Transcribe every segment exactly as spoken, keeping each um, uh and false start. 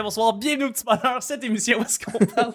bonsoir, bienvenue au Petit Bonheur, cette émission où est-ce qu'on parle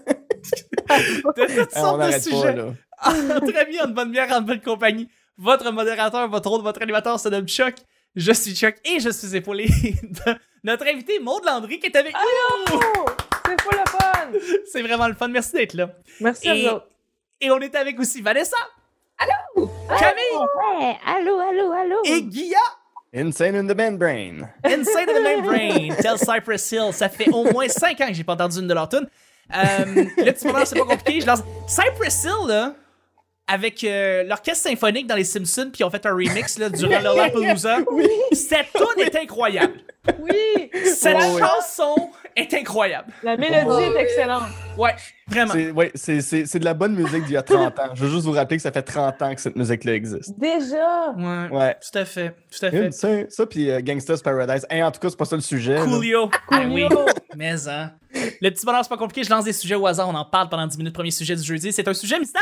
de toutes sortes de sujets. Pas, très bien, en bonne bière, en bonne compagnie. Votre modérateur, votre autre, votre animateur se nomme Chuck. Je suis Chuck et je suis épaulé de notre invité Maud Landry qui est avec nous. C'est pas le fun! C'est vraiment le fun, merci d'être là. Merci et, à vous. Et on est avec aussi Vanessa. Allô! Camille! Ouais, allô, allô, allô! Et Guilla! Insane in the membrane. Insane in the membrane. Tell Cypress Hill. Ça fait au moins cinq ans que j'ai pas entendu une de leurs tunes. Euh, le Petit Bonheur, c'est pas compliqué. Je lance Cypress Hill, là, avec euh, l'orchestre symphonique dans les Simpsons, puis ils ont fait un remix là, durant leur Lollapalooza. Oui. Cette tune est incroyable. Oui! Cette oh, chanson oui. est incroyable. La mélodie oh, est excellente. Ouais, vraiment. C'est, ouais, c'est, c'est, c'est de la bonne musique d'il y a trente ans. Je veux juste vous rappeler que ça fait trente ans que cette musique-là existe. Déjà? Ouais, ouais. Tout à fait. Tout à fait. Ça, ça puis euh, Gangsta's Paradise. Hey, en tout cas, c'est pas ça le sujet. Coolio. Ah oui. Mais, hein. Le Petit Bonheur, c'est pas compliqué. Je lance des sujets au hasard. On en parle pendant dix minutes. Premier sujet du jeudi. C'est un sujet mystère.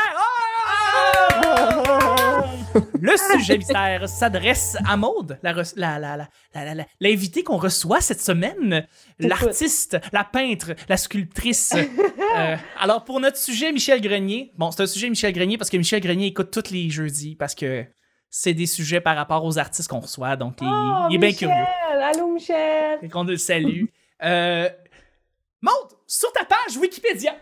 Oh! Le sujet mystère s'adresse à Maud, la, re- la, la, la, la, la, l'invitée qu'on reçoit cette semaine, c'est l'artiste, cool. La peintre, la sculptrice. euh, alors, pour notre sujet, Michel Grenier, bon, c'est un sujet Michel Grenier parce que Michel Grenier écoute tous les jeudis parce que c'est des sujets par rapport aux artistes qu'on reçoit, donc il, oh, il est bien Michel! curieux. Allô, Michel! Et qu'on le salue. euh, Maud, sur ta page Wikipédia,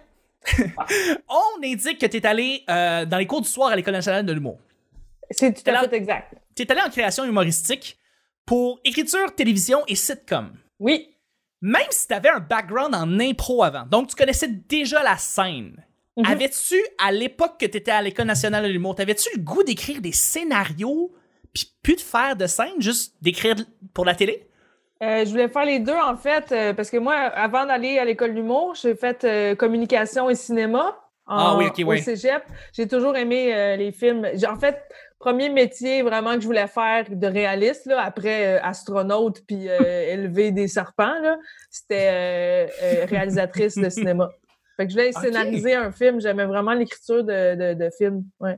on indique que tu es allé euh, dans les cours du soir à l'École nationale de l'humour. C'est tout à fait exact. Tu es allé en création humoristique pour écriture, télévision et sitcom. Oui. Même si tu avais un background en impro avant, donc tu connaissais déjà la scène, mm-hmm. avais-tu, à l'époque que tu étais à l'École nationale de l'humour, t'avais-tu le goût d'écrire des scénarios puis plus de faire de scène, juste d'écrire pour la télé? Euh, je voulais faire les deux, en fait, euh, parce que moi, avant d'aller à l'école d'humour, j'ai fait euh, communication et cinéma en, ah, oui, okay, au oui. cégep. J'ai toujours aimé euh, les films. J'ai, en fait, premier métier vraiment que je voulais faire de réaliste, là, après euh, astronaute puis euh, élever des serpents, là, c'était euh, euh, réalisatrice de cinéma. Fait que je voulais scénariser okay. un film. J'aimais vraiment l'écriture de, de, de films. Ouais.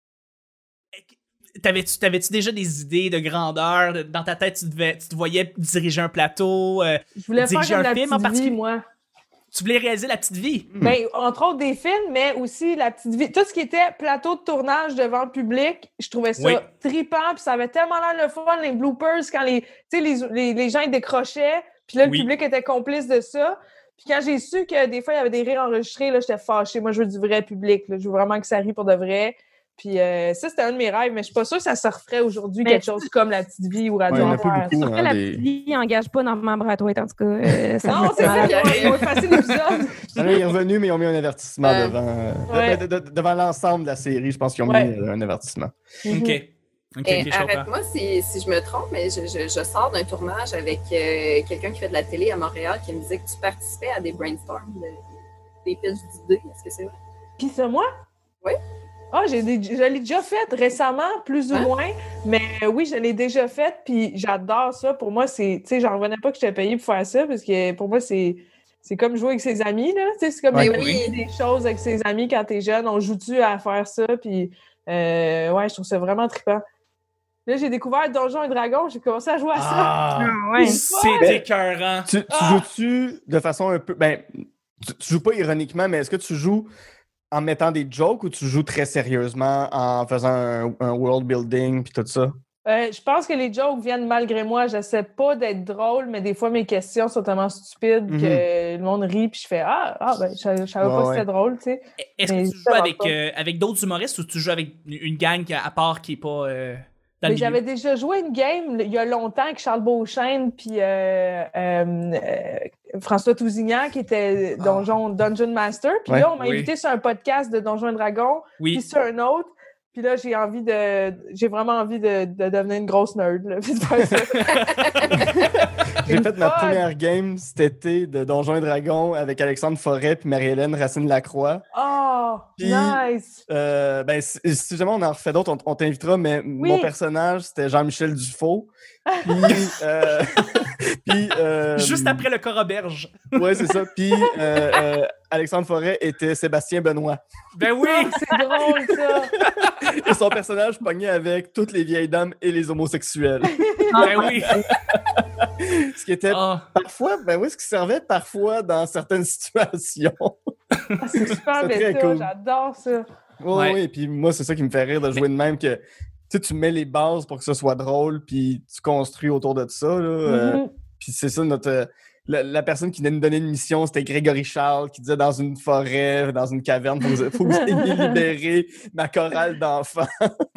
T'avais-tu, t'avais-tu déjà des idées de grandeur? De, dans ta tête, tu, devais, tu te voyais diriger un plateau, euh, je voulais diriger faire un la film en particulier? Vie, moi. Tu voulais réaliser La Petite Vie? Ben, entre autres des films, mais aussi La Petite Vie. Tout ce qui était plateau de tournage devant le public, je trouvais ça oui. trippant, puis ça avait tellement l'air le fun, les bloopers, quand les, les, les, les gens ils décrochaient, puis là, le oui. public était complice de ça. Puis quand j'ai su que des fois, il y avait des rires enregistrés, là, j'étais fâchée. Moi, je veux du vrai public, là. Je veux vraiment que ça rie pour de vrai. Puis euh, ça, c'était un de mes rêves, mais je suis pas sûre que ça se referait aujourd'hui mais quelque chose tu... comme La Petite Vie ou Radio ouais, Enfer. Beaucoup, hein, La des... Petite Vie n'engage pas dans membre à toi, en tout cas. Euh, ça non, c'est ça, ils ont effacé l'épisode. Il est revenu, mais ils ont mis un avertissement euh, devant, ouais. de, de, de, devant l'ensemble de la série. Je pense qu'ils ont ouais. mis un avertissement. Mm-hmm. OK. Okay, okay, arrête-moi si, si je me trompe, mais je, je, je sors d'un tournage avec euh, quelqu'un qui fait de la télé à Montréal qui me disait que tu participais à des brainstorms, de, des pitches d'idées. Est-ce que c'est vrai? Qui, c'est moi? Oui. Ah, j'ai des, je l'ai déjà faite récemment, plus ou hein? moins, mais euh, oui, je l'ai déjà faite, puis j'adore ça. Pour moi, c'est, tu sais, j'en revenais pas que j'étais payée pour faire ça, parce que pour moi, c'est, c'est comme jouer avec ses amis, là. Tu sais, c'est comme ouais, oui. des choses avec ses amis quand t'es jeune. On joue-tu à faire ça, puis euh, ouais, je trouve ça vraiment trippant. Là, j'ai découvert Donjons et Dragons, j'ai commencé à jouer à ça. Ah, ah ouais. C'est ben, écœurant. Tu, tu ah. joues-tu de façon un peu... Ben, tu, tu joues pas ironiquement, mais est-ce que tu joues en mettant des jokes ou tu joues très sérieusement en faisant un, un world building puis tout ça? Euh, je pense que les jokes viennent malgré moi. J'essaie pas d'être drôle, mais des fois, mes questions sont tellement stupides mm-hmm. que le monde rit puis je fais « Ah, ah ben, je, je savais ouais, pas que ouais. c'était drôle, tu sais. » Est-ce mais que tu joues avec, euh, avec d'autres humoristes ou tu joues avec une gang à part qui est pas... Euh... Mais j'avais déjà joué une game il y a longtemps avec Charles Beauchesne puis euh, euh, euh, François Tousignan qui était Donjon, Dungeon Master. Puis ouais, là, on m'a oui. invité sur un podcast de Donjons et Dragons, oui. puis sur un autre. Puis là, j'ai envie de... J'ai vraiment envie de, de devenir une grosse nerd. Là, puis de faire ça. J'ai fait ma première game cet été de Donjons et Dragons avec Alexandre Forêt puis Marie-Hélène Racine-Lacroix. Oh, puis, nice! Euh, ben, si, si jamais on en refait d'autres, on, on t'invitera, mais oui. mon personnage, c'était Jean-Michel Dufault. Puis... euh, puis euh, Juste après le Coroberge. Ouais, c'est ça. Puis euh, euh, Alexandre Forêt était Sébastien Benoît. Ben oui! Oh, c'est drôle, ça! Et son personnage pognait avec toutes les vieilles dames et les homosexuels. Ben oui! Ce qui était Oh. parfois, ben oui, ce qui servait parfois dans certaines situations. Ah, c'est super C'est très méta, cool. j'adore ça. Oui, Ouais. oui, puis moi, c'est ça qui me fait rire de jouer de même que tu sais, tu mets les bases pour que ce soit drôle, puis tu construis autour de ça. Là, euh, Mhm. puis c'est ça, notre, euh, la, la personne qui venait nous donner une mission, c'était Grégory Charles, qui disait dans une forêt, dans une caverne, faut, vous- faut que vous ayez libéré ma chorale d'enfants.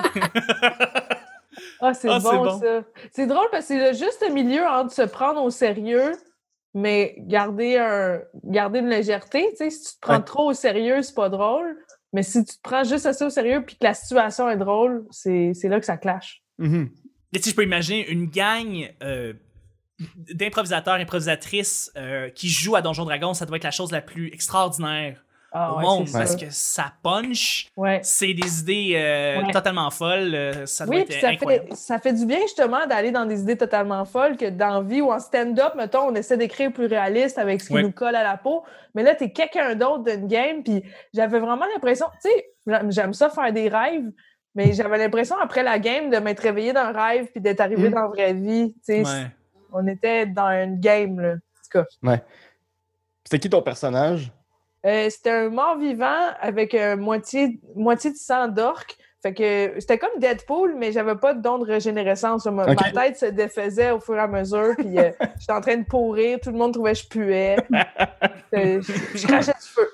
Ah, c'est Ah, bon, c'est bon. ça. C'est drôle parce que c'est le juste milieu entre se prendre au sérieux, mais garder, un, garder une légèreté. Tu sais, si tu te prends Ouais. trop au sérieux, c'est pas drôle. Mais si tu te prends juste assez au sérieux puis que la situation est drôle, c'est, c'est là que ça clash. Mhm. Mais tu sais, je peux imaginer une gang euh, d'improvisateurs, improvisatrices euh, qui jouent à Donjon Dragon, ça doit être la chose la plus extraordinaire Ah, au ouais, monde c'est parce ça. que ça punch, Ouais. c'est des idées euh, Ouais. totalement folles, euh, ça doit Oui, être puis ça incroyable. fait, ça fait du bien justement d'aller dans des idées totalement folles que dans la vie ou en stand-up, mettons, on essaie d'écrire plus réaliste avec ce qui Ouais. nous colle à la peau. Mais là, t'es quelqu'un d'autre d'une game, puis j'avais vraiment l'impression, tu sais, j'aime- j'aime ça faire des rêves, mais j'avais l'impression après la game de m'être réveillée d'un rêve puis d'être arrivée Mm. dans la vraie vie. Tu sais, Ouais. on était dans une game, là. En tout cas. C'était qui ton personnage? Euh, c'était un mort-vivant avec euh, moitié, moitié de sang d'orque. Fait que c'était comme Deadpool, mais j'avais pas de don de régénérescence. Ma, Ok. ma tête se défaisait au fur et à mesure, puis euh, j'étais en train de pourrir. Tout le monde trouvait que je puais. Euh, je, je crachais du feu.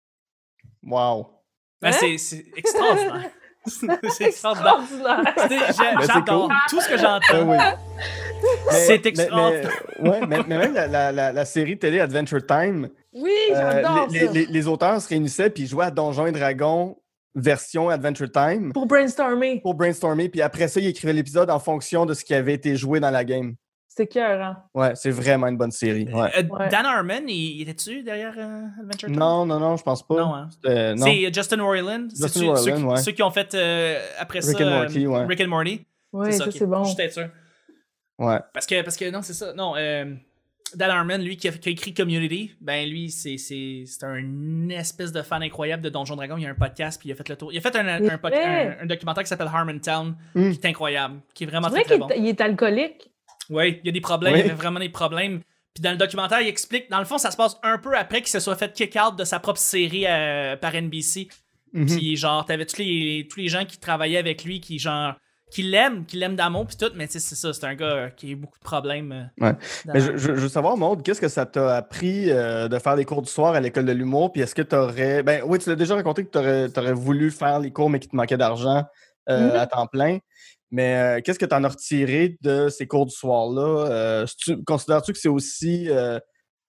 Wow. Ben, Hein? c'est, c'est extraordinaire. c'est extraordinaire. Extraordinaire. C'était- j'a- Ben, c'est J'adore cool. tout ce que Ah j'entends. oui. C'est Mais- extraordinaire. Mais, mais- ouais, mais, mais même la, la- la- la série télé Adventure Time, Oui, euh, j'adore les, ça. les- les auteurs se réunissaient puis jouaient à Donjons et Dragons version Adventure Time Pour brainstormer. pour brainstormer, puis après ça, ils écrivaient l'épisode en fonction de ce qui avait été joué dans la game. C'était cœur, hein? Ouais, c'est vraiment une bonne série. Ouais. Euh, Ouais. Dan Harmon, il, il était-tu derrière euh, Adventure Time? Non, non, non, je pense pas. Non, hein. C'était- non. C'est Justin Roiland. Justin C'est-tu Roiland, ceux, qui- ouais. ceux qui ont fait euh, après Rick ça and Morty, euh, ouais. Rick and Morty. Oui, ça, ok. c'est bon. Juste être sûr. Ouais. Parce que, parce que non, c'est ça. Non, euh, Dan Harmon, lui, qui a, qui a écrit Community, ben lui, c'est, c'est, c'est un espèce de fan incroyable de Donjon Dragon. Il y a un podcast, puis il a fait le tour. Il a fait un, un, Il un, pod- fait. un- un documentaire qui s'appelle Harmontown, Mm. qui est incroyable, qui est vraiment C'est très, vrai très qu'il bon. est, il est alcoolique. Oui, il y a des problèmes, Oui. il y avait vraiment des problèmes. Puis dans le documentaire, il explique, dans le fond, ça se passe un peu après qu'il se soit fait kick-out de sa propre série euh, par N B C. Mhm. Puis genre, t'avais tous les, tous les gens qui travaillaient avec lui, qui genre, qui l'aiment, qui l'aiment d'amour, puis tout, mais tu sais, c'est ça, c'est un gars euh, qui a eu beaucoup de problèmes. euh, Ouais. dans- Mais je, je- je veux savoir, Maude, qu'est-ce que ça t'a appris euh, de faire des cours du soir à l'école de l'humour? Puis est-ce que tu aurais. Ben oui, tu l'as déjà raconté que tu aurais voulu faire les cours, mais qu'il te manquait d'argent euh, Mhm. à temps plein. Mais euh, qu'est-ce que tu en as retiré de ces cours du soir-là? Euh, c'est-tu- considères-tu que c'est aussi euh,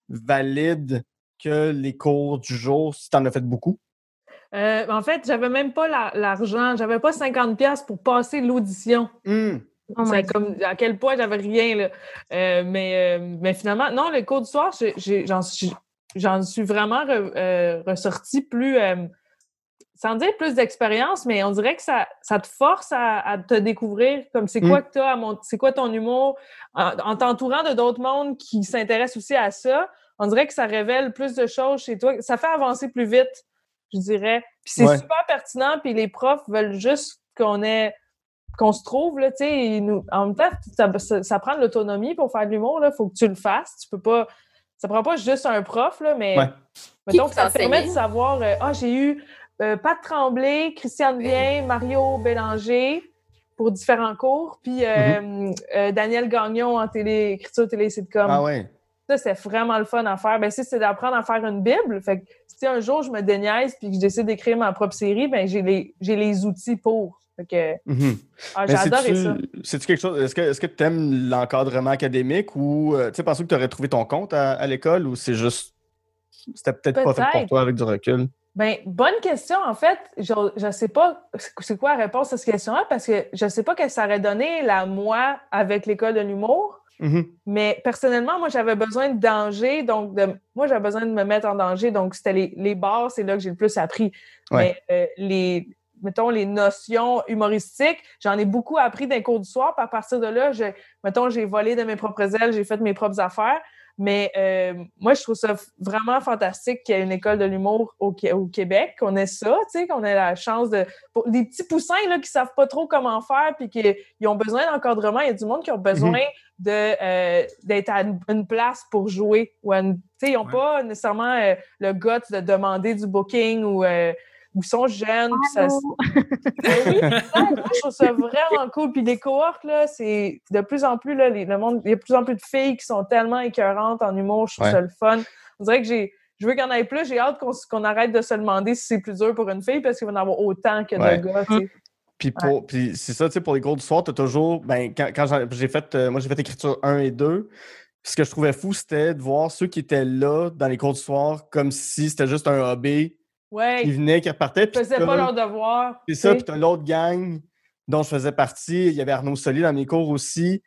valide que les cours du jour si tu en as fait beaucoup? Euh, en fait, j'avais même pas la- l'argent. J'avais pas cinquante pièces pour passer l'audition. Hum. Oh my C'est God. comme à quel point j'avais rien, là. Euh, mais, euh, mais finalement, non, le cours du soir, j'ai- j'ai- j'en suis, j'en suis vraiment re- euh, ressortie plus, euh, sans dire plus d'expérience, mais on dirait que ça, ça te force à, à te découvrir comme c'est quoi Mm. que t'as à mon- c'est quoi ton humour. En, en t'entourant de d'autres mondes qui s'intéressent aussi à ça, on dirait que ça révèle plus de choses chez toi. Ça fait avancer plus vite, je dirais. Puis c'est Ouais. super pertinent, puis les profs veulent juste qu'on ait qu'on se trouve, là, tu sais, ils nous- en même temps, ça, ça, ça prend de l'autonomie pour faire de l'humour, là, faut que tu le fasses, tu peux pas, ça prend pas juste un prof, là, mais Ouais. mettons Qui que ça te permet de t'enseignait? savoir, euh, ah, j'ai eu euh, Pat Tremblay, Christiane Vien, Mario Bélanger pour différents cours, puis euh, euh, Daniel Gagnon en télé, écriture télé sitcom. Ah ouais. Ça, c'est vraiment le fun à faire. Ben, si c'est d'apprendre à faire une Bible, fait que si un jour je me déniaise puis que je décide d'écrire ma propre série, ben j'ai les, j'ai les outils pour. Fait que, Mhm. ah, Mais j'ai adoré c'est-tu- ça. C'est-tu quelque chose. Est-ce que est-ce que tu aimes l'encadrement académique ou euh, tu sais, penses-tu que tu aurais trouvé ton compte à, à l'école ou c'est juste. C'était peut-être pas fait pour Peut-être. toi avec du recul? Ben, bonne question. En fait, je ne sais pas c'est quoi la réponse à cette question-là parce que je ne sais pas que ça aurait donné la moi avec l'école de l'humour. Mhm. Mais personnellement, moi, j'avais besoin de danger. Donc, de, moi, j'avais besoin de me mettre en danger. Donc, c'était les, les bars, c'est là que j'ai le plus appris. Ouais. Mais euh, les, mettons, les notions humoristiques, j'en ai beaucoup appris d'un cours du soir. Puis à partir de là, je, mettons, j'ai volé de mes propres ailes, j'ai fait mes propres affaires. Mais euh, moi, je trouve ça vraiment fantastique qu'il y ait une école de l'humour au, au Québec, qu'on ait ça, tu sais, qu'on ait la chance de... Pour des petits poussins là, qui savent pas trop comment faire puis qui ont besoin d'encadrement. Il y a du monde qui a besoin mm-hmm. de euh, d'être à une, une place pour jouer. Tu sais, ils n'ont ouais. pas nécessairement euh, le guts de demander du booking ou... Euh, ou sont jeunes. Ça... oui, je trouve ça vraiment cool. Puis les cohortes, là, c'est de plus en plus, là, les, le monde, il y a de plus en plus de filles qui sont tellement écœurantes en humour. Je trouve ouais. ça le fun. On dirait que j'ai, je veux qu'il y en ait plus. J'ai hâte qu'on, qu'on arrête de se demander si c'est plus dur pour une fille parce qu'il va y en avoir autant que ouais. de gars. T'sais. Puis, pour, ouais. puis c'est ça, tu sais, pour les cours du soir, tu as toujours. Ben, quand, quand j'ai fait. Euh, moi, j'ai fait écriture un et deux. Ce que je trouvais fou, c'était de voir ceux qui étaient là dans les cours du soir comme si c'était juste un hobby. Ouais. Qui venaient, qui repartaient. Ils faisaient pas leur devoir. C'est ça, puis t'as l'autre gang dont je faisais partie. Il y avait Arnaud Soli dans mes cours aussi.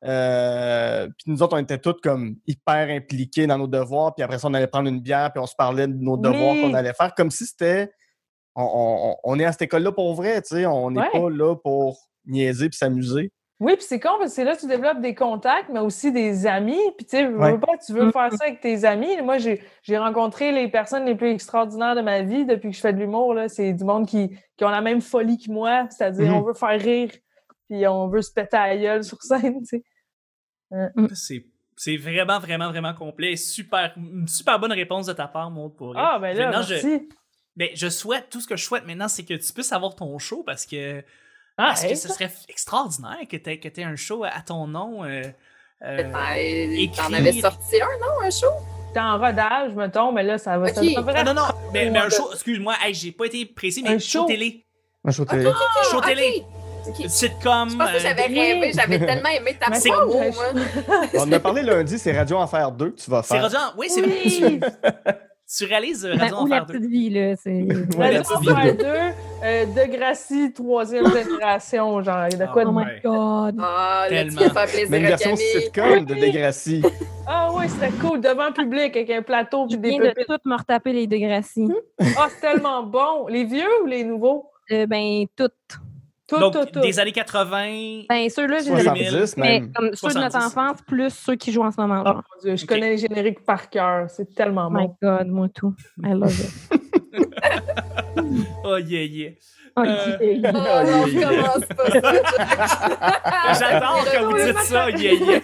Euh, puis nous autres, on était tous comme hyper impliqués dans nos devoirs. Puis après ça, on allait prendre une bière, puis on se parlait de nos devoirs oui. qu'on allait faire. Comme si c'était... On, on, on est à cette école-là pour vrai, tu sais. On n'est ouais. pas là pour niaiser puis s'amuser. Oui, puis c'est con parce que c'est là que tu développes des contacts, mais aussi des amis. Puis tu sais, ouais. pas, tu veux faire ça avec tes amis. Moi, j'ai, j'ai rencontré les personnes les plus extraordinaires de ma vie depuis que je fais de l'humour. Là. C'est du monde qui, qui ont la même folie que moi, c'est-à-dire mm-hmm. on veut faire rire, puis on veut se péter à la gueule sur scène. Tu sais. Mm. C'est, c'est vraiment, vraiment, vraiment complet. Super, une super bonne réponse de ta part, Maud, pour Ah, ben là, maintenant, merci. Je, ben, je souhaite, tout ce que je souhaite maintenant, c'est que tu puisses avoir ton show parce que... Ah, Parce hey, que ce serait extraordinaire que tu aies un show à ton nom. Euh, euh, ben, t'en avais sorti un, non? Un show? T'es en rodage, mettons, mais là, ça va... Okay. Ça va non, non, non, mais, mais un show... Excuse-moi, hey, j'ai pas été précis, mais un show, show télé. Un show télé. Okay, okay, show okay. télé. Okay. Sitcom. Je pense que j'avais euh, rêvé, j'avais tellement aimé ta promo, moi. On en a parlé lundi, c'est Radio Enfer deux que tu vas faire. C'est Radio... Oui, c'est oui. vrai. Tu réalises euh, Radio ben, Enfer deux. Ou la petite vie, là. C'est... Radio Enfer deux, euh, Degrassi, troisième génération, genre. De quoi oh de... my God! Ah, là, tu vas faire plaisir mais une version sitcom de Degrassi. Ah oui, c'était cool, devant le public, avec un plateau. Je viens de toutes me retaper les Degrassi. Ah, c'est tellement bon! Les vieux ou les nouveaux? Euh, ben, toutes. Tout, Donc, tout, tout. des années quatre-vingts. Ben, ceux-là, j'ai soixante-dix mais même. comme ceux de notre enfance, plus ceux qui jouent en ce moment. Oh, mon Dieu, je okay. connais les génériques par cœur. C'est tellement bon. Oh my God, moi tout. I love it. Oh yeah, yeah. Oh, euh... yeah. Oh non, je commence pas ça. J'adore quand vous dites ça, yeah, yeah.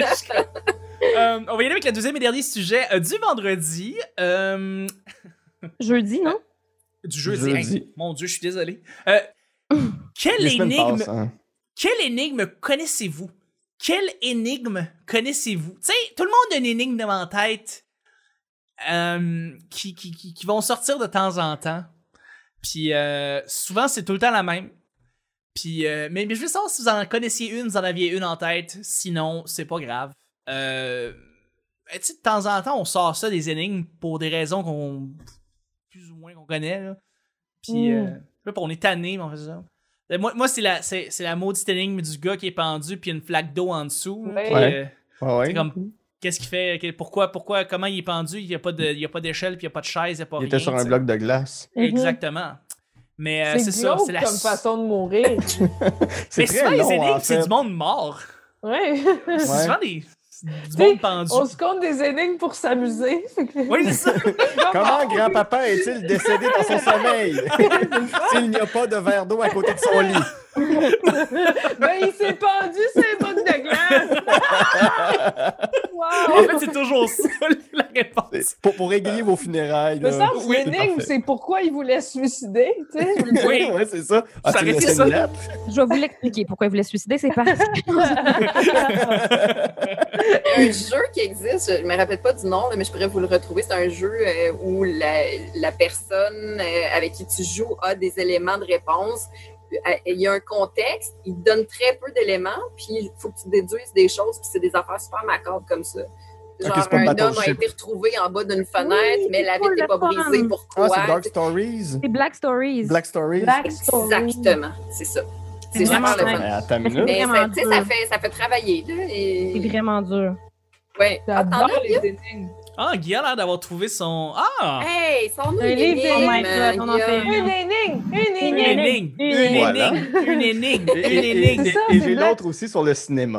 euh, on va y aller avec le deuxième et dernier sujet euh, du vendredi. Euh... Jeudi, non? Du jeudi. jeudi. Hey, mon Dieu, je suis désolé. Euh, quelle énigme, passe, hein. quelle énigme connaissez-vous? Quelle énigme connaissez-vous? Tu sais, tout le monde a une énigme en tête euh, qui, qui, qui, qui vont sortir de temps en temps. Puis euh, souvent, c'est tout le temps la même. Puis, euh, mais, mais je veux savoir si vous en connaissiez une, vous en aviez une en tête. Sinon, c'est pas grave. Euh, tu sais, de temps en temps, on sort ça des énigmes pour des raisons qu'on plus ou moins qu'on connaît. Là. Puis, mm. euh, on est tanné, mais on fait ça. Moi, moi c'est, la, c'est, c'est la maudite énigme du gars qui est pendu puis une flaque d'eau en dessous. Ouais. Puis, ouais. Euh, ouais. Comme, qu'est-ce qu'il fait? Pourquoi, pourquoi, comment il est pendu? Il n'y a pas de, il y a pas d'échelle puis il n'y a pas de chaise, il n'y a pas il rien. Il était sur un t'sais. bloc de glace. Exactement. Mais euh, c'est, c'est ça. C'est la... comme façon de mourir. c'est mais très souvent, long, les énigmes, en fait. c'est du monde mort. Oui. C'est souvent des... du monde pendu. On se compte des énigmes pour s'amuser. Oui, c'est ça. Comment grand-papa est-il décédé dans son sommeil s'il n'y a pas de verre d'eau à côté de son lit? Ben, il s'est pendu sur un bloc de glace. Wow. En fait, c'est toujours ça, la réponse. Pour, pour égayer vos funérailles. Mais là. ça, oui, l'énigme, c'est, c'est pourquoi il voulait se suicider, tu sais. Oui, ouais, c'est ça. Ah, ça tu aurait me été ça. Je vais vous l'expliquer pourquoi il voulait se suicider, c'est parce que... Il y a un jeu qui existe, je ne me rappelle pas du nom, mais je pourrais vous le retrouver. C'est un jeu euh, où la, la personne euh, avec qui tu joues a des éléments de réponse. Il y a un contexte, il donne très peu d'éléments, puis il faut que tu déduises des choses, puis c'est des affaires super macabres comme ça. Genre, okay, un homme a été retrouvé en bas d'une fenêtre, oui, mais la vitre n'est pas brisée. Pourquoi? Ah, c'est Dark Stories? C'est Black Stories. Black Stories? Black Stories. Exactement, c'est ça. C'est, c'est vraiment le fun. Attends, mais mais ça, ça, fait, ça fait travailler. Là, et... C'est vraiment dur. Oui. J'adore les énigmes. Ah, Guy a l'air d'avoir trouvé son... Ah! Hey, son nom un est livre énigme. On en fait une énigme. Une Une énigme. énigme. Une énigme. Une énigme. Une énigme. Et, et, et j'ai l'autre aussi sur le cinéma.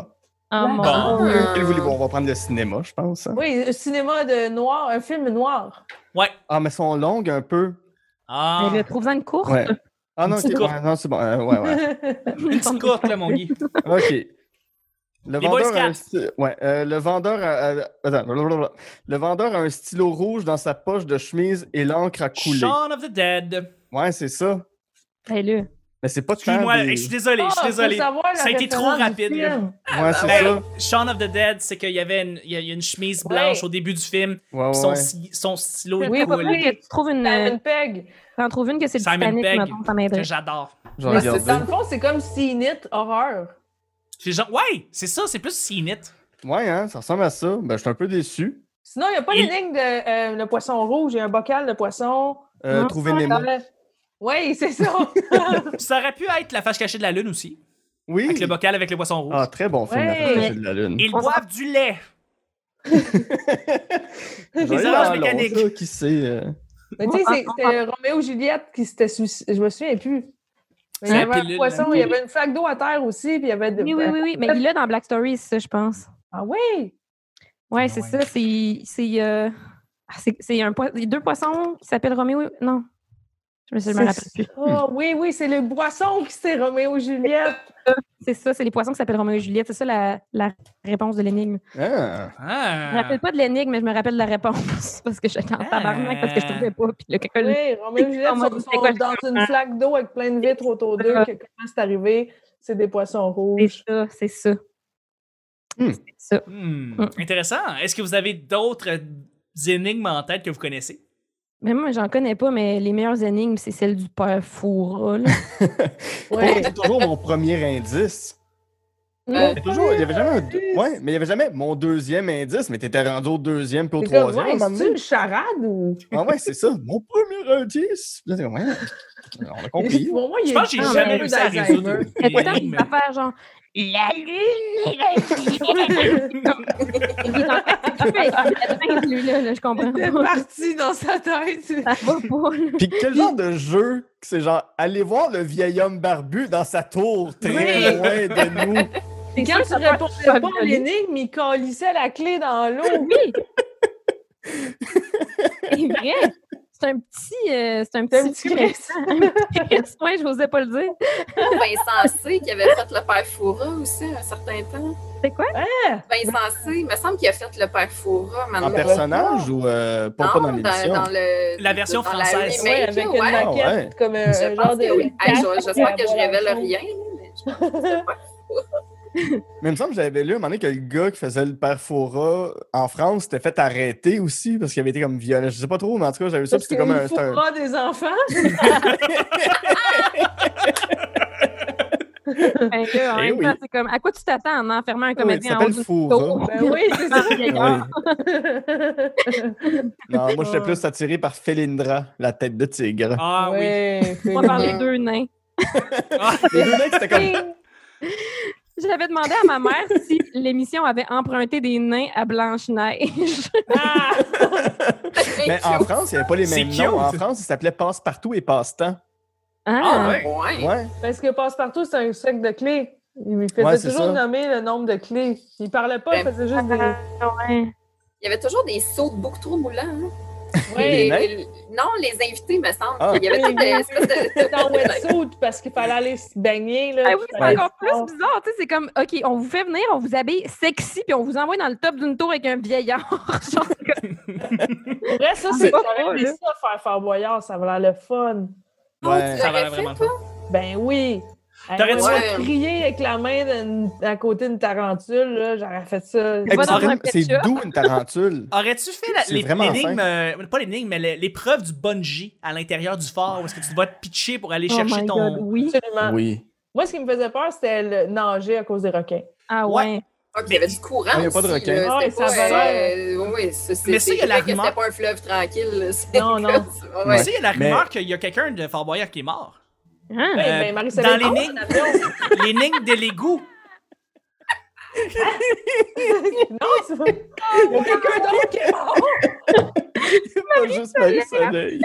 Oh mon Bon. Dieu. Quel voulez-vous? On va prendre le cinéma, je pense. hein. Oui, un cinéma de noir, un film noir. Ouais. Ah, mais elles sont longues un peu. Ah, Mais le trouve-en une courte. Ouais. Ah non, ok, Petite courte. ouais, non, c'est bon. Euh, ouais, ouais. une petite courte, là, mon Guy. OK. Le Les Boy vendeur, a un Scouts. sti- ouais, euh, le vendeur a, a- attends, blablabla. Le vendeur a un stylo rouge dans sa poche de chemise et l'encre a coulé. Shaun of the Dead. Ouais, c'est ça. Ben là. Mais c'est pas tant Excuse-moi, des... je suis désolé, je suis Ah, désolé. faut savoir la Ça a été trop référence du rapide. là. film. Ouais, c'est Ben, ça. Shaun of the Dead, c'est qu'il y avait une, il y a il y a une chemise blanche Ouais. au début du film, Ouais, puis son, ouais. sti- son stylo Oui, il Pas coule, plus que tu trouves une. Simon euh, Pegg. T'en trouves une que c'est le Simon Titanic, Pegg, mettons, ça que m'aiderait. j'adore. Je vais Mais c'est- regarder. dans le fond, c'est comme Seen It, horreur. C'est genre, ouais, c'est ça, c'est plus Seen It. Ouais, hein, ça ressemble à ça. Ben, je suis un peu déçu. Sinon, il n'y a pas Il- l'énigme de euh, le poisson rouge. Il y a un bocal de poisson. Euh, Non, trouver ça, Nemo. Oui, c'est ça. Ça aurait pu être la face cachée de la lune aussi, Oui. avec le bocal avec le poisson rouge. Ah, très bon film, Ouais. La Face cachée de la Lune. Ils boivent du lait. Les les oranges mécaniques. Qui sait. euh, Mais tu sais, c'est- c'était Roméo et Juliette qui s'était suicidé. Je me souviens plus. Mais il y C'est la avait un pilule, poisson, la il y avait une flaque d'eau à terre aussi, puis il y avait de... Oui, oui, oui, oui. Mais il est là dans Black Stories, ça, je pense. Ah oui? Ouais, Ah c'est ouais. ça. C'est. C'est euh, ah, c'est- c'est un poi- deux poissons qui s'appellent Roméo. Non. Je me, je me C'est- rappelle plus. Ah oui, oui, c'est les boissons qui c'était Roméo et Juliette. C'est ça, c'est les poissons qui s'appellent Roméo et Juliette. C'est ça la, la réponse de l'énigme. Ah. Je me rappelle Ah. pas de l'énigme, mais je me rappelle de la réponse. Parce que j'étais en tabarnak, parce que je trouvais pas. Puis là, quelqu'un. Oui, Roméo et Juliette On m'a sont, dit, sont c'est quoi, dans une flaque d'eau avec plein de vitres autour d'eux. Ah. que Comment c'est arrivé? C'est des poissons C'est rouges. ça, c'est ça. Hmm. C'est ça. Hmm, Mm. Intéressant. Est-ce que vous avez d'autres énigmes en tête que vous connaissez? Mais moi, j'en connais pas, mais les meilleures énigmes, c'est celle du père Foura. là. Ouais. C'est toujours mon premier indice. Euh, C'est toujours, il y avait jamais un deux- ouais, mais il y avait jamais mon deuxième indice, mais t'étais rendu au deuxième puis au C'est comme, troisième. à un ouais, moment c'est donné. une charade ou. Ah ouais, c'est ça, mon premier indice. Puis là, t'es comme, ouais, on a compris. Pour moi, il Je y a pense que j'ai Ah, jamais mais- réussi à résoudre d'Alzheimer. Mais une pourtant, il énigme. va faire genre la lune est remplie. Il est en train de s'occuper avec la tête, lui, là, là, je comprends C'est pas. parti dans sa tête. Ça va pas, là. Puis quel genre de jeu que c'est genre aller voir le vieil homme barbu dans sa tour très Oui. loin de nous. Et C'est quand sûr tu que ça répondais peut pas être à l'énigme, il calissait la clé dans l'eau. Oui! C'est vrai! C'est un petit. euh, c'est un C'est un petit. petit truc Chris. récent. Ouais, je n'osais pas le dire. Vincent C. qui avait fait le père Foura aussi un certain temps. C'est quoi? Vincent C. il me semble qu'il a fait le père Foura. En maintenant. personnage ou euh, pas, pas Non, dans l'émission? dans le, La version dans française. La Ouais, remake, avec une ouais. maquette Ah ouais. comme un, Je un pense genre de. que oui. Hey, je- J'espère que je Voilà, révèle la rien. Mais je pense que c'est le père Foura. Mais il me semble que j'avais lu un moment donné que le gars qui faisait le père Fora en France s'était fait arrêter aussi parce qu'il avait été comme violent. Je sais pas trop, mais en tout cas, j'avais vu ça, puis c'était comme un. c'était un- Fourra des enfants. Ben là, en Eh même oui. temps, c'est comme. À quoi tu t'attends en enfermant un Oui, comédien ça en haut s'appelle du Foura. tour? Ben oui, c'est ça. Non, moi, j'étais plus attiré par Felindra, la tête de tigre. Ah oui. Ouais, On va parler deux nains. Ah, Les deux mecs, c'était comme. J'avais demandé à ma mère si l'émission avait emprunté des nains à Blanche-Neige. Ah! Mais en France, il n'y avait pas les C'est mêmes cute. noms. En France, il s'appelait Passe-Partout et Passe-Temps. Ah ouais. Ouais. Ouais. Parce que Passepartout, c'est un sac de clés. Il faisait Ouais, c'est toujours ça. nommer le nombre de clés. Il parlait pas, il Ben, faisait juste des. Ouais. Il y avait toujours des sauts de beaucoup trop moulants. Hein? Les Les- nains? les- non, les invités, me semble. Ah. Il y avait Oui, toutes des oui. espèces de. C'était en wetsuit parce qu'il fallait aller se baigner. Là, Ah oui, puis c'est fallait encore se plus faire- bizarre. Tu sais, c'est comme, OK, on vous fait venir, on vous habille sexy, puis on vous envoie dans le top d'une tour avec un vieillard. Genre, Pour vrai, ça, Ah, c'est c'est pas j'aurais drôle, aimé là. ça, faire Fort Boyard. Ça va l'air le fun. Ouais. Ça l'aurais valait vraiment fait, le fun. Ben oui. T'aurais Hey, dû- moi, Ouais. crier avec la main d'une- à côté d'une tarentule, là, j'aurais fait ça. Hey, va c'est dans vraiment- un pet C'est shop. d'où une tarentule? Aurais-tu fait la- C'est l'é- vraiment l'énigme, euh, pas l'énigme, mais l'é- l'épreuve du bungee à l'intérieur du fort où est-ce que tu dois te pitcher pour aller oh chercher my ton. God, oui. Absolument. Oui. Moi, ce qui me faisait peur, c'était le nager à cause des requins. Ah Ouais. ouais. Ah, puis il y avait du courant. Ah, il y a pas de aussi, requin. là. Ouais, C'était ça pas, valait. euh, oui, ça, c'est Mais ça, il y a c'est la vrai que rumeur- c'était pas un fleuve tranquille. là. C'est Non, non. comme ça. Tu Ouais. sais, il y a la Mais- rumeur qu'il y a quelqu'un de Fort Boyard qui est mort. Hein? Oui, Euh, mais Marie dans l'énigme, l'énigme de l'égout. Non, c'est pas. Il y a quelqu'un d'autre qui est mort. Pas juste Marie-Soleil.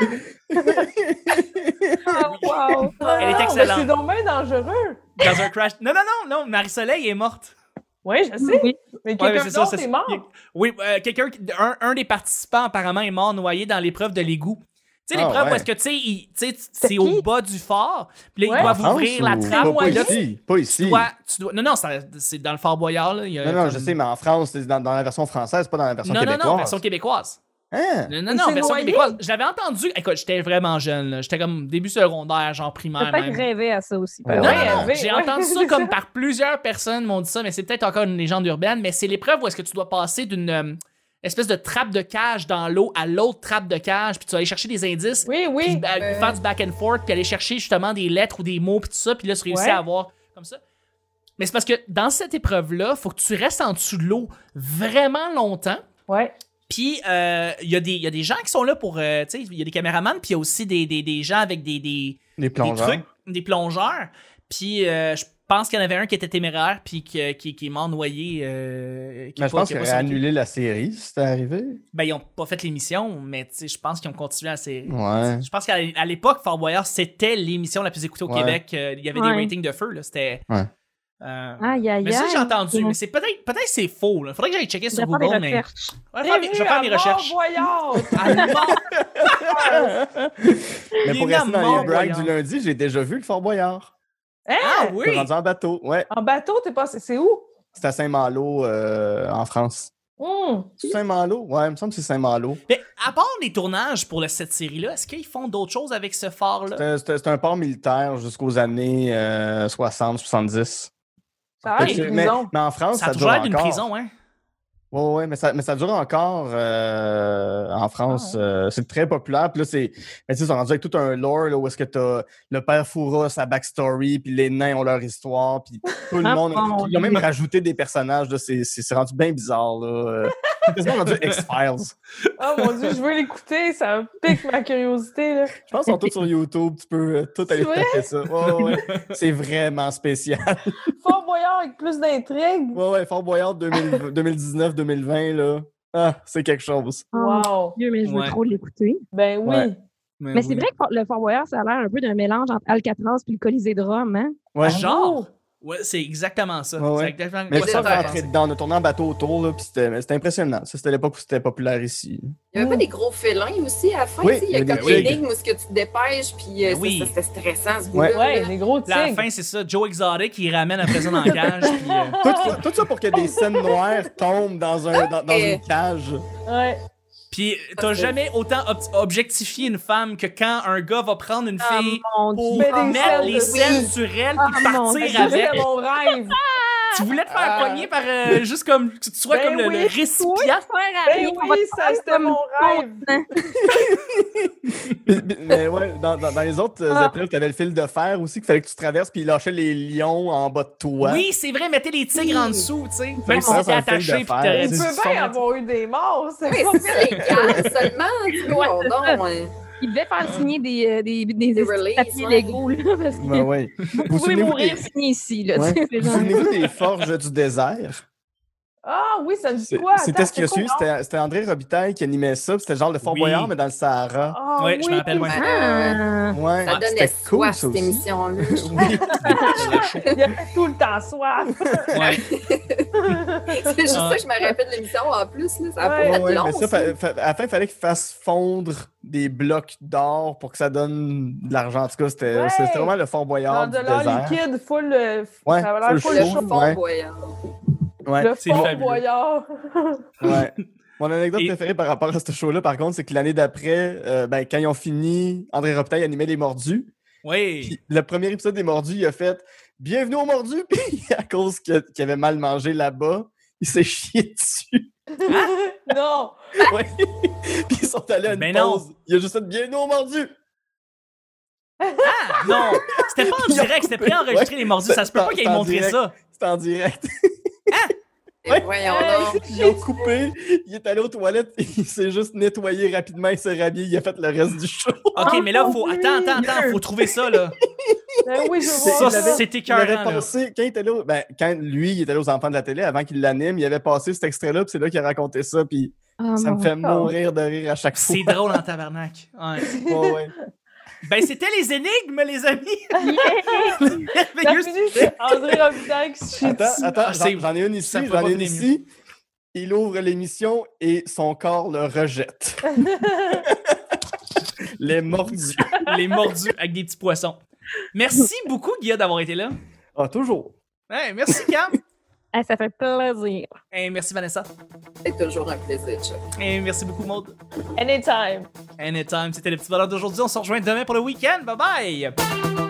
Ah, wow. Elle est Non, mais excellente. C'est donc bien dangereux. Dans un crash. Non, non, non, non, Marie-Soleil est morte. Oui, je sais. Oui. Mais Ouais, quelqu'un mais c'est ça, d'autre c'est- est mort. il- Oui, euh, quelqu'un, qui- un, un des participants apparemment est mort noyé dans l'épreuve de l'égout. Tu sais, Ah, l'épreuve ouais. où est-ce que, tu sais, il- tu sais, C'est c'est qui? au bas du fort, puis là, Ouais. ils doivent En France ouvrir la ou- trappe. Pas, pas moyen? ici. Pas ici. Tu dois, tu dois- non, non, ça- c'est dans le Fort Boyard. Là. Il y a Non, non, comme- je sais, mais en France, c'est dans, dans la version française, pas dans la version non, non, québécoise. non, version québécoise. Hein? Non, non, Il non, s'est version noyé? québécoise. Je l'avais entendu. Écoute, j'étais vraiment jeune. là. J'étais comme début secondaire, genre primaire. Peut-être Même. rêver à ça aussi. Ouais. Non, par non, exemple. non. rêver, J'ai ouais, entendu ça c'est comme ça. par plusieurs personnes m'ont dit ça, mais c'est peut-être encore une légende urbaine, mais c'est l'épreuve où est-ce que tu dois passer d'une euh, espèce de trappe de cage dans l'eau à l'autre trappe de cage, puis tu vas aller chercher des indices, Oui, puis oui. euh, Euh. faire du back and forth, puis aller chercher justement des lettres ou des mots, puis tout ça, puis là, tu réussis Ouais. à avoir comme ça. Mais c'est parce que dans cette épreuve-là, faut que tu restes en dessous de l'eau vraiment longtemps. Ouais. Puis, euh, il y, a des- il y a des gens qui sont là pour... euh, tu sais, il y a des caméramans, puis il y a aussi des, des, des gens avec des, des, Les des plongeurs. trucs, des plongeurs. Puis, euh, je pense qu'il y en avait un qui était téméraire, puis qui, qui, qui est mort noyé. Euh, qui Mais a je pas- pense qui a qu'ils pas auraient survécu. annulé la série si c'était arrivé. Ben, ils ont pas fait l'émission, mais tu sais, je pense qu'ils ont continué à série. Ouais. Je pense qu'à à l'époque, Fort Boyard, c'était l'émission la plus écoutée au Ouais. Québec. Euh, il y avait Ouais. des ratings de feu, là. C'était... Ouais. euh, Aïe, aïe, mais ça, aïe. j'ai entendu. Ouais. Mais c'est peut-être peut-être c'est faux. Là. Faudrait que j'aille checker sur Faudrait faire Google. des Mais... recherches. Ouais, je vais faire des- je vais faire des recherches. Voyons! À mort. Mais Il pour est rester dans mort, les brags Boyard. du lundi, j'ai déjà vu le Fort Boyard. Ah Je oui! suis rendu en bateau. Ouais. En bateau, t'es passé. C'est où? C'est à Saint-Malo, euh, en France. Hum. C'est Saint-Malo? Ouais, il me semble que c'est Saint-Malo. Mais à part les tournages pour le- cette série-là, est-ce qu'ils font d'autres choses avec ce fort-là? C'était- C'était c'était un port militaire jusqu'aux années euh, soixante soixante-dix. Ça a Fait l'air que- d'une mais, prison. mais en France, Ça ça, a dure toujours l'air d'une encore. prison, hein? Oui, ouais, mais ça, mais ça dure encore euh, en France. Ah ouais. euh, c'est très populaire. Puis là, c'est. Mais tu sais, ils sont rendus avec tout un lore là, où est-ce que t'as le père Foura, sa backstory, puis les nains ont leur histoire, puis tout le Ah, monde. mon Ils ont même Dieu. rajouté des personnages. là, C'est c'est- c'est rendu bien bizarre. Là. euh. C'est quasiment rendu X-Files. Oh mon Dieu, je veux l'écouter. Ça pique ma curiosité. Là. Je pense qu'ils sont tous sur YouTube. Tu peux euh, tout aller C'est vrai? taper ça. Ouais, ouais, ouais. C'est vraiment spécial. Fort Boyard avec plus d'intrigue. Ouais, ouais, Fort Boyard deux mille deux mille dix-neuf deux mille vingt, là. Ah, c'est quelque chose. Oh, mon Wow. Dieu, mais je veux Ouais. trop l'écouter. Ben oui. Ouais. Mais c'est vrai que le Fort Boyard, ça a l'air un peu d'un mélange entre Alcatraz et le Colisée de Rome, hein? Ouais. Genre! Ouais, c'est exactement ça. Ouais, ouais. C'est exactement Mais quoi je ça suis me pas fait rentré penser. dedans. On a tourné en bateau autour, là, puis c'était c'était impressionnant. Ça, c'était l'époque où c'était populaire ici. Il y avait pas des gros félins aussi à la fin. Oui, tu sais, il y a il y a comme des une tigres. énigme où ce que tu te dépêches, puis euh, Ben ça, oui. ça, c'était stressant ce Ouais. bout-là. Ouais, là. les gros Puis à la tigres. fin, c'est ça. Joe Exotic, il ramène après ça dans la cage. Puis, euh, Tout, ça- tout ça pour que des scènes noires tombent dans, un, dans, dans Eh. une cage. Ouais. puis t'as jamais autant ob- objectifié une femme que quand un gars va prendre une Ah, fille mon pour Dieu. Mais des mettre scènes les de- scènes oui. sur elle Ah, puis mon partir Dieu. avec. C'était mon rêve. Tu voulais te faire Ah. pogner par euh, juste comme que tu sois Ben comme le, oui. le récipient. Ben oui, ça, c'était mon rêve. Puis- puis- mais ouais, dans, dans, dans les autres euh, Ah. épreuves, t'avais le fil de fer aussi qu'il fallait que tu traverses, puis il lâchait les lions en bas de toi. Oui, c'est vrai, mettez les tigres en dessous, tu sais. Fallait Même que si ça c'était fasse un fil attaché de puis fer. t'aurais Il dû peut sûrement- bien avoir eu des morts. C'est Oui, pas c'est légal seulement. Tu vois, non, ouais. Il devait faire signer des, euh, des, des, des Des releases, papiers ouais. légaux, là, parce que Ouais, ouais. vous Vous pouvez souvenez-vous mourir des- signé ici, là. Ouais. tu sais, c'est Vous genre- souvenez-vous des forges du désert? Ah oui, ça me dit C'est- quoi? C'était Attends, ce qu'il y a c'est su, quoi, non? c'était c'était André Robitaille qui animait ça, puis c'était genre le Fort Oui. Boyard, mais dans le Sahara. Ah, Ouais, je me oui. rappelle, ouais. Ah. Ouais, Ça donnait c'était cool, soif, ça cette aussi. émission-là. Oui. Il y avait tout le temps soif. Ouais. C'est juste Ah. ça que je me rappelle de l'émission en plus. Là. Ça a Ouais. pas Ouais, fait ouais, long. mais ça, ça. fa- fa- à la fin, il fallait qu'il fasse fondre des blocs d'or pour que ça donne de l'argent. En tout cas, c'était Ouais. c'était vraiment le Fort Boyard Dans du de l'or désert. liquide, full. euh, Ouais, ça avait l'air full full Le chaud. chaud. fond ouais. boyant. Ouais, Le C'est fort fabuleux. boyard. ouais. Mon anecdote Et- préférée par rapport à ce show-là, par contre, c'est que l'année d'après, euh, ben, quand ils ont fini, André Robitaille animait Les Mordus. Oui. Puis le premier épisode des Mordus, il a fait Bienvenue aux Mordus. Puis à cause que- qu'il avait mal mangé là-bas, il s'est chié dessus. Non. Ouais. Puis ils sont allés à une Mais non. pause. Il a juste fait Bienvenue aux Mordus. Ah, non! C'était pas en Ils ont direct, c'était coupé. préenregistré Ouais. les mordus. Ça se peut C'est pas en- qu'ils c'est aient en montré direct. ça. C'était en direct. Et Ouais. voyons Hey, donc. Ils ont coupé. Il est allé aux toilettes. Il s'est juste nettoyé rapidement. Il s'est rhabillé. Il a fait le reste du show. Ok, mais là, faut. mon Attends, attends, Dieu. attends, faut trouver ça, là. Ben oui, je C'est- vois. Ça, il avait- c'est Il avait écœurant, là. passé, quand il était là, au- ben, quand lui, il était là aux enfants de la télé, avant qu'il l'anime, il avait passé cet extrait-là, puis c'est là qu'il a raconté ça, puis Ah, ça me mon fait Dieu. mourir de rire à chaque fois. C'est drôle en tabarnak. Ouais. Ouais, ouais. Ben, c'était les énigmes, les amis! Ça Merveilleux finit, sujet. c'est André Robitaille qui se chie Attends, dessus. attends, Ah, j'en, c'est- j'en ai une ici, ça peut j'en pas ai une finir ici. Il ouvre l'émission et son corps le rejette. Les mordus. Les mordus avec des petits poissons. Merci beaucoup, Guilla, d'avoir été là. Ah, toujours. Ouais, merci, Cam. Ah, ça fait plaisir. Et merci, Vanessa. C'est toujours un plaisir, Chuck. Et merci beaucoup, Maud. Anytime. Anytime, c'était le petit bonheur d'aujourd'hui. On se rejoint demain pour le week-end. Bye bye!